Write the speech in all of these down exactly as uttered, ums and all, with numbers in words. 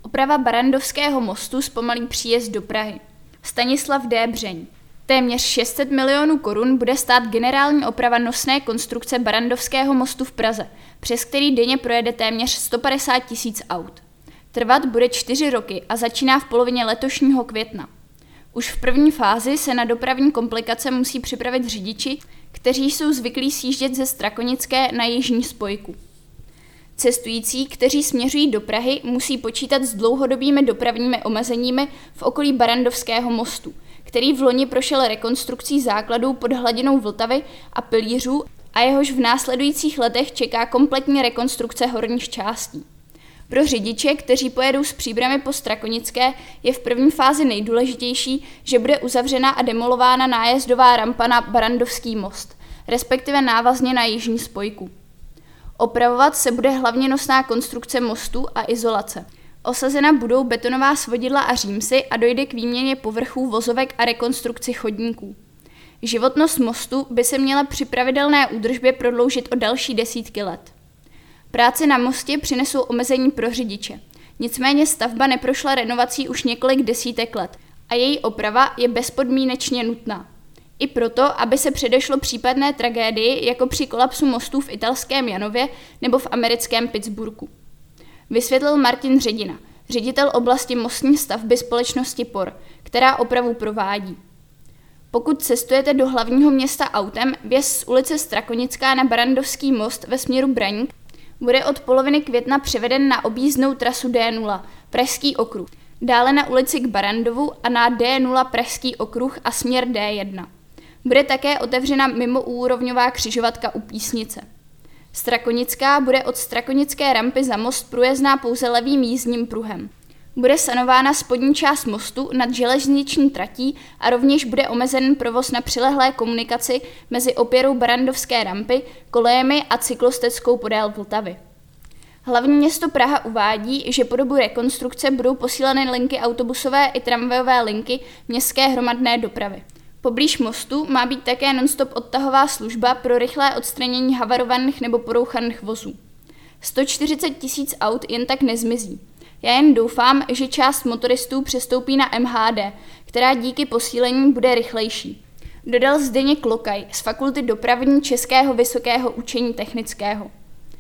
Oprava Barrandovského mostu zpomalí příjezd do Prahy. Stanislav D. Břeň. Téměř šest set milionů korun bude stát generální oprava nosné konstrukce Barrandovského mostu v Praze, přes který denně projede téměř sto padesát tisíc aut. Trvat bude čtyři roky a začíná v polovině letošního května. Už v první fázi se na dopravní komplikace musí připravit řidiči, kteří jsou zvyklí sjíždět ze Strakonické na jižní spojku. Cestující, kteří směřují do Prahy, musí počítat s dlouhodobými dopravními omezeními v okolí Barrandovského mostu, který v loni prošel rekonstrukcí základů pod hladinou Vltavy a pilířů a jehož v následujících letech čeká kompletní rekonstrukce horních částí. Pro řidiče, kteří pojedou s Příbrami po Strakonické, je v první fázi nejdůležitější, že bude uzavřena a demolována nájezdová rampa na Barrandovský most, respektive návazně na jižní spojku. Opravovat se bude hlavně nosná konstrukce mostu a izolace. Osazena budou betonová svodidla a římsy a dojde k výměně povrchů vozovek a rekonstrukci chodníků. Životnost mostu by se měla při pravidelné údržbě prodloužit o další desítky let. Práce na mostě přinesou omezení pro řidiče. Nicméně stavba neprošla renovací už několik desítek let a její oprava je bezpodmínečně nutná. I proto, aby se předešlo případné tragédii jako při kolapsu mostů v italském Janově nebo v americkém Pittsburghu. Vysvětlil Martin Ředina, ředitel oblasti mostní stavby společnosti P O R, která opravu provádí. Pokud cestujete do hlavního města autem, vjezd z ulice Strakonická na Barrandovský most ve směru Braník bude od poloviny května převeden na objízdnou trasu D nula, Pražský okruh, dále na ulici k Barrandovu a na D nula Pražský okruh a směr D jedna. Bude také otevřena mimoúrovňová křižovatka u Písnice. Strakonická bude od Strakonické rampy za most průjezdná pouze levým jízdním pruhem. Bude sanována spodní část mostu nad železniční tratí a rovněž bude omezen provoz na přilehlé komunikaci mezi opěrou Barrandovské rampy, kolejemi a cyklostezkou podél Vltavy. Hlavní město Praha uvádí, že po dobu rekonstrukce budou posíleny linky autobusové i tramvajové linky městské hromadné dopravy. Poblíž mostu má být také non-stop odtahová služba pro rychlé odstranění havarovaných nebo porouchaných vozů. sto čtyřicet tisíc aut jen tak nezmizí. Já jen doufám, že část motoristů přestoupí na M H D, která díky posílení bude rychlejší. Dodal Zdeněk Lokaj z Fakulty dopravní Českého vysokého učení technického.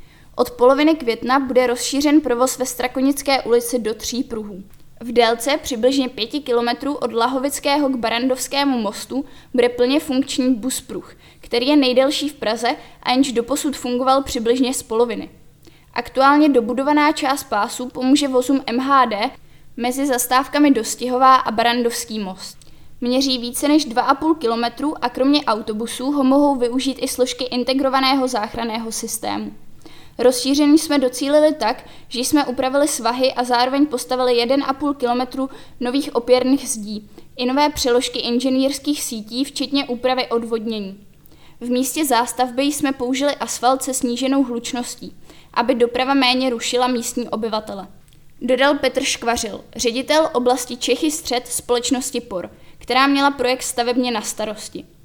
Od poloviny května bude rozšířen provoz ve Strakonické ulici do tří pruhů. V délce přibližně pěti kilometrů od Lahovického k Barrandovskému mostu bude plně funkční buspruh, který je nejdelší v Praze a jenž doposud fungoval přibližně z poloviny. Aktuálně dobudovaná část pásu pomůže vozům M H D mezi zastávkami Dostihová a Barrandovský most. Měří více než dva a půl kilometru a kromě autobusů ho mohou využít i složky integrovaného záchranného systému. Rozšíření jsme docílili tak, že jsme upravili svahy a zároveň postavili jeden a půl kilometru nových opěrných zdí i nové přeložky inženýrských sítí, včetně úpravy odvodnění. V místě zástavby jsme použili asfalt se sníženou hlučností, aby doprava méně rušila místní obyvatele. Dodal Petr Škvařil, ředitel oblasti Čechy střed společnosti P O R, která měla projekt stavebně na starosti.